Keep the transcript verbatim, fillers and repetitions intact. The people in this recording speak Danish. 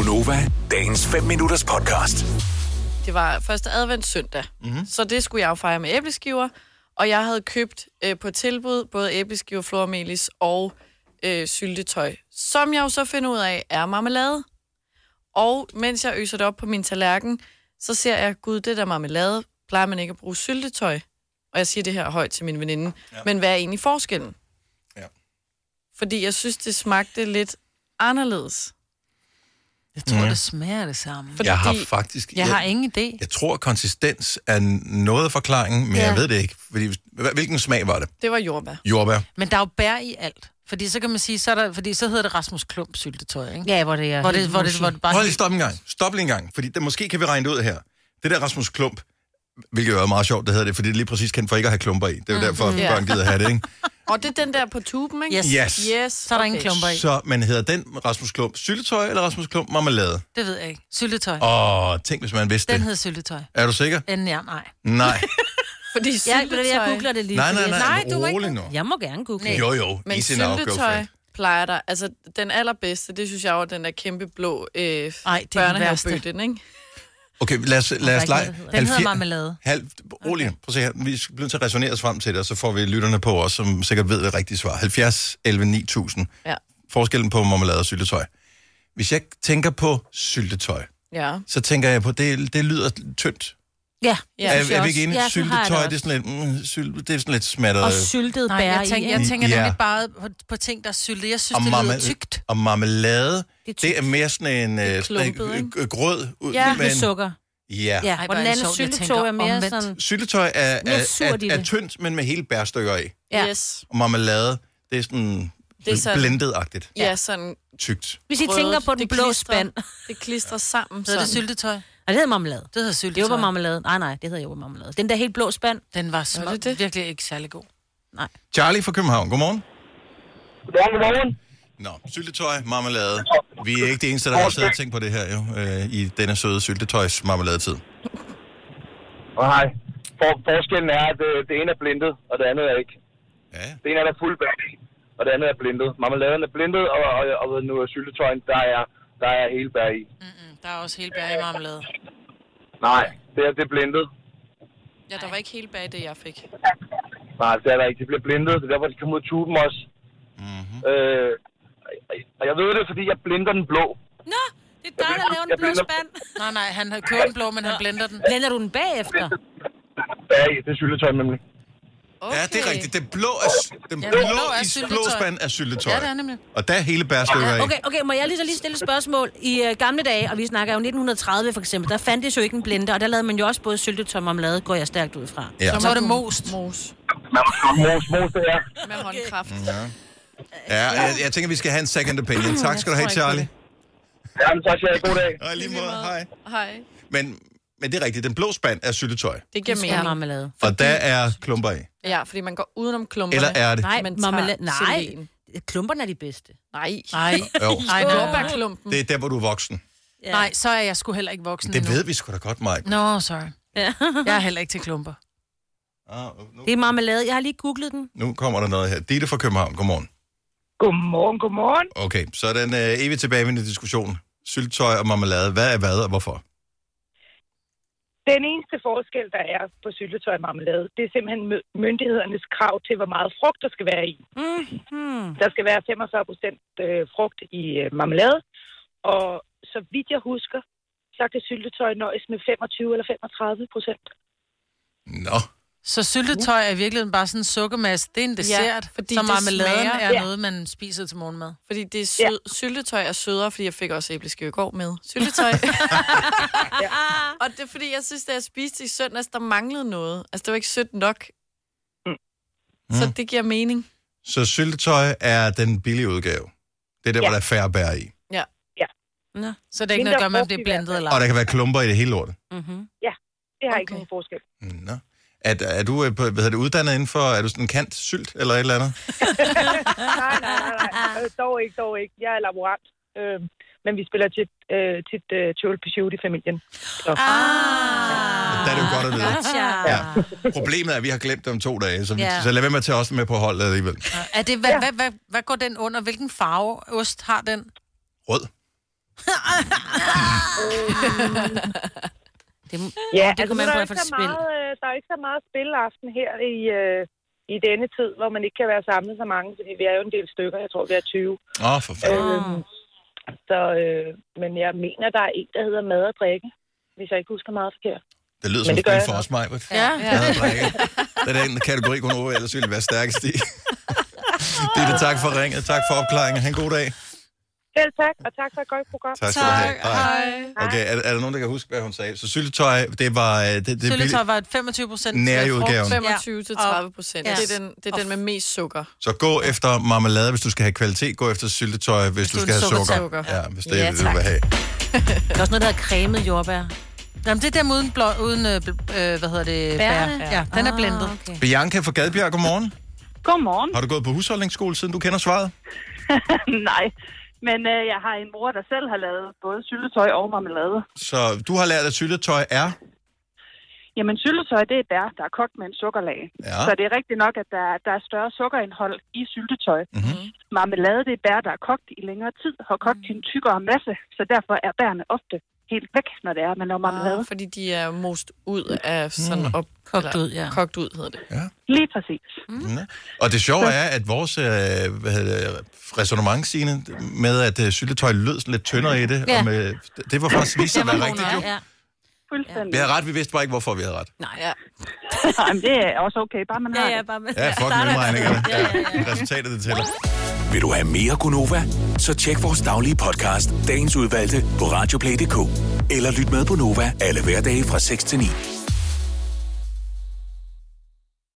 Gonova, dagens fem minutters podcast. Det var første advent søndag, mm-hmm. så det skulle jeg jo fejre med æbleskiver. Og jeg havde købt øh, på tilbud både æbleskiver, flormelis og øh, syltetøj, som jeg jo så finder ud af er marmelade. Og mens jeg øser det op på min tallerken, så ser jeg, gud, det der marmelade, plejer man ikke at bruge syltetøj. Og jeg siger det her højt til min veninde. Ja. Men hvad er egentlig forskellen? Ja. Fordi jeg synes, det smagte lidt anderledes. Jeg tror, Mm. det smager det samme. Fordi Jeg har faktisk... Jeg har ingen idé. Jeg tror, konsistens er noget af forklaringen, men Ja. jeg ved det ikke. Fordi, hvilken smag var det? Det var jordbær. Jordbær. Men der er jo bær i alt. Fordi så kan man sige, så, er der, fordi så hedder det Rasmus Klump syltetøj, ikke? Ja, hvor det er Hvor det, helt hvor det, mushy. hvor det bare... Hold lige, stop en gang. Stop lige en gang. Fordi det, måske kan vi regne det ud her. Det der Rasmus Klump, hvilket jo er meget sjovt, det hedder det, fordi det er lige præcis kendt for ikke at have klumper i. Det er jo derfor, at Ja. børn gider have det, ikke? Og det er den der på tuben, ikke? Yes. Yes. Yes. Så er der ingen klumper i. Så, men hedder den Rasmus Klump syltetøj, eller Rasmus Klump marmelade? Det ved jeg ikke. Syltetøj. Åh, tænk, hvis man vidste Den det. hedder syltetøj. Er du sikker? Enden ja, nej. Nej. Fordi Jeg, syltetøj... jeg googler det lige. Nej, nej, fordi nej. jeg- Nej, du må ikke- Rolig nu. Jeg må gerne google det. Jo, jo. Men Easy now, go for syltetøj it. plejer der... Altså, den allerbedste, det synes jeg var den der kæmpe blå øh, Ej, det er den børnehavebøtten, ikke? Okay, lad os, lad os ikke lege. noget, der hedder. Den hedder Halvfjer- marmelade. Halv, rolig, okay. Prøv at se her. Vi bliver nødt til at resonere os frem til det, og så får vi lytterne på os, som sikkert ved det rigtige svar. halvfjerds elleve ni tusind. Ja. Forskellen på marmelade og syltetøj. Hvis jeg tænker på syltetøj, Ja. så tænker jeg på, det, det lyder tyndt. Ja, Ja. Er, synes jeg er vi også. ikke enige? Ja, sådan har jeg Syltetøj, det det er sådan lidt, mm, syl, det er sådan lidt smattet. Og syltet Nej, bær jeg i, tænker, jeg ikke? tænker Ja. nemlig bare på, på ting, der er syltet. Jeg synes, og, det lyder marmel- tykt. og marmelade, Det er det er mere sådan en, øh, sådan en klumpet, øh, grød. ud- Ja, med med en- sukker. Ja. Ja, Ej, og hvor den er det anden sjovt, jeg syltetøj tænker er mere omvendt. sådan... Syltetøj er, Mere er, surt i er, er det. tyndt, men med hele bærstykker i. Ja. Yes. Og marmelade, det er sådan, Det er sådan- blendet-agtigt. Ja, sådan... Tykt. Hvis I rødt. tænker på den Det blå klistrer- spand. Det klistrer sammen Hedder det sådan. syltetøj? Nej, det hedder marmelade. Det hedder Det syltetøj. var marmelade. Nej, nej, det hedder jo marmelade. Den der helt blå spand. Den var Var små, det det? virkelig ikke særlig god. Charlie fra København, godmorgen. Godmorgen, godmorgen. Nå, syltetøj, marmelade. Vi er ikke det eneste, der har siddet og tænkt på det her, jo, øh, i denne søde syltetøjs marmeladetid. Og hej. For, forskellen er, at det, det ene er blindet, og det andet er ikke. Ja, Det ene er der fuld bær i, og det andet er blindet. Marmeladen er blindet, og, og, og, og nu er syltetøjen, der er, der er hele bær i. Mm-mm, der er også helt bær i marmelade. Nej, det er, det er blindet. Ja, der var ikke helt bag det, jeg fik. Nej, det er der ikke. Det bliver blindet. Det er derfor, de kommer ud af tuben også. mm-hmm. Øh, og jeg ved det, fordi jeg blinder den blå. Nå, det er dig, der laver den blå spand. Nej, nej, han har kørt den blå, men han blender den. Blender du den bagefter? Bær i, det er syltetøj nemlig. Okay. Ja, det er rigtigt. Den blå, er, den Ja, blå, den blå er i syltetøj. blå spand er syltetøj. Ja, det er nemlig. Og der er hele bærstykker i. Okay, okay, må jeg lige så lige stille et spørgsmål? I uh, gamle dage, og vi snakker jo nitten tredive for eksempel, der fandtes jo ikke en blender, og der lavede man jo også både syltetøj og marmelade, går jeg stærkt ud fra. Ja. Så var det most. Mos. Mos, mos, det er. Med håndkraft. Ja. Ja, jeg, jeg tænker, vi skal have en second opinion. Tak skal du have, Charlie. Jamen, tak skal jeg. God dag. Og i lige måde, hej. Hej. Men, men det er rigtigt, den blå spand er syltetøj. Det giver Det er mening. marmelade. Og der er klumper i. Ja, fordi man går udenom klumperne. Eller er det? Nej, Men tager marmelade. Nej, selen. klumperne er de bedste. Nej. Nej, Jo. nej, nej. Jordbærklumpen. Det er der, hvor du er voksen. Ja. Nej, så er jeg sgu heller ikke voksen Det endnu. ved vi sgu da godt, Mike. Nå, no, sorry. Ja. Jeg er heller ikke til klumper. Ah, nu, Det er marmelade. Jeg har lige googlet den. nu kommer der noget her. Ditte fra København, godmorgen. Godmorgen, godmorgen. Okay, så er den øh, evigt tilbagevendende diskussion. Syltetøj og marmelade. Hvad er hvad, og hvorfor? Den eneste forskel, der er på syltetøj og marmelade, det er simpelthen mø- myndighedernes krav til, hvor meget frugt der skal være i. Mm-hmm. Der skal være femogfyrre procent øh, frugt i øh, marmelade, og så vidt jeg husker, så kan syltetøj nøjes med femogtyve eller femogtredive procent. Nå, Så syltetøj er i virkeligheden bare sådan en sukkermasse. Det er en dessert, Ja, ja, fordi så det marmeladen smager- er Ja. noget, man spiser til morgenmad. Fordi det er sød, ja. Syltetøj er sødere, fordi jeg fik også æbleskive i går med syltetøj. ja. Og det er fordi, jeg synes, da jeg spiste i søndags, der manglede noget. Altså, det var ikke sødt nok. Mm. Så det giver mening. så syltetøj er den billige udgave. Det er der, ja. hvor der er færre bær i. Ja. Nå. Så det er ikke Mindre noget at gøre med, om frugt det er i hvert blandet fald. eller Og ej. der kan være klumper i det hele lortet. Mm-hmm. Det har Okay. ikke nogen forskel. Nå. Er, er du øh, på, hvad hedder det, uddannet inden for, er du sådan en kant sylt eller et eller andet? nej, nej, nej, nej. Øh, dog ikke, dog ikke. Jeg er laborant. Øh, men vi spiller tit, øh, tit uh, Trivial Pursuit i familien. Så. Ah. Der er det jo godt at vide. Gotcha. Ja. Problemet er, at vi har glemt det om to dage, så, vi, Ja. så lad være med at tage os med på holdet alligevel. Er det, hvad, hvad, hvad, hvad går den under? Hvilken farve ost har den? Rød. det, Ja, det altså, kunne man der, prøve er at få ikke et så spil. meget, øh, der er ikke så meget spilaften her i, øh, i denne tid, hvor man ikke kan være samlet så mange, fordi vi er jo en del stykker. Jeg tror, vi er tyve. Åh, oh, for fanden. Øhm, så, øh, men jeg mener, der er en, der hedder mad og drikke, hvis jeg ikke husker meget forkert. Det lyder Men som det gør spil jeg for nok. os, Majbert. Ja, ja. Mad og drikke. Det er den kategori, kun over, ellers ville være stærkest i. Ditte, tak for ringet. Tak for opklaringen. Ha' en god dag. Selv tak, og tak for et godt program. Tak skal du have. Hej. Okay, er, er der nogen, der kan huske, hvad hun sagde? Så syltetøj, det var... Det, det Syltetøj var et femogtyve procent Nærudgaven. femogtyve til tredive procent. Ja. Det er den, det er den med mest sukker. Så gå efter marmelade, hvis du skal have kvalitet. Gå efter syltetøj, hvis, hvis du du skal er have en sukker. sukkersukker. Ja, hvis det er Ja, det, du vil have. Der er også noget, der hedder cremet jordbær. Jamen, det er dem uden, blå, uden øh, øh, hvad hedder det, bær. Bærne? Ja, den er Ah, blendet. okay. Bianca fra Gadbjerg, godmorgen. Godmorgen. Har du gået på husholdningsskole, siden du kender svaret? Nej, men øh, jeg har en mor, der selv har lavet både syltetøj og marmelade. Så du har lært, at syltetøj er... Jamen, syltetøj, det er bær, der er kogt med en sukkerlag. Ja. Så det er rigtigt nok, at der, der er større sukkerindhold i syltetøj. Mm-hmm. Marmelade, det er bær, der er kogt i længere tid, har kogt til en tykkere masse, så derfor er bærene ofte helt væk, når det er, man laver marmelade. Ah, fordi de er most ud af sådan op... Kogt eller- ud, ja. Kogt ud, hedder det. Lige præcis. Mm. Og det sjove er, at vores øh, hvad hedder det, resonemang, Signe, med at øh, syltetøj lød sådan lidt tyndere i det, Ja. og med, det var faktisk vist at Det var være god rigtigt, nok, jo. ja. Fuldstændig. Vi havde ret, vi vidste bare ikke, hvorfor vi havde ret. Nej. Ja. Jamen, det er også okay, bare man har Ja, ja, det. bare med. Ja, fuck mellemregningerne. Ja, ja, ja. Resultatet, det tæller. Vil du have mere Gunova? Så tjek vores daglige podcast, dagens udvalgte, på radioplay punktum d k. Eller lyt med på Nova alle hverdage fra seks til ni.